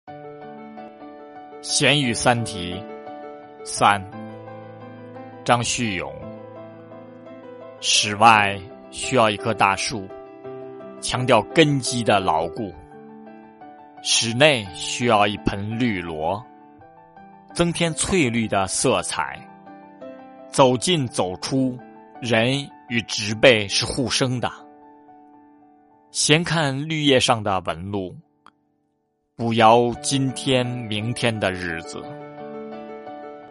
闲语三题三，张旭勇。室外需要一棵大树，强调根基的牢固；室内需要一盆绿萝，增添翠绿的色彩。走进走出，人与植被是互生的。闲看绿叶上的纹路，不邀今天明天的日子。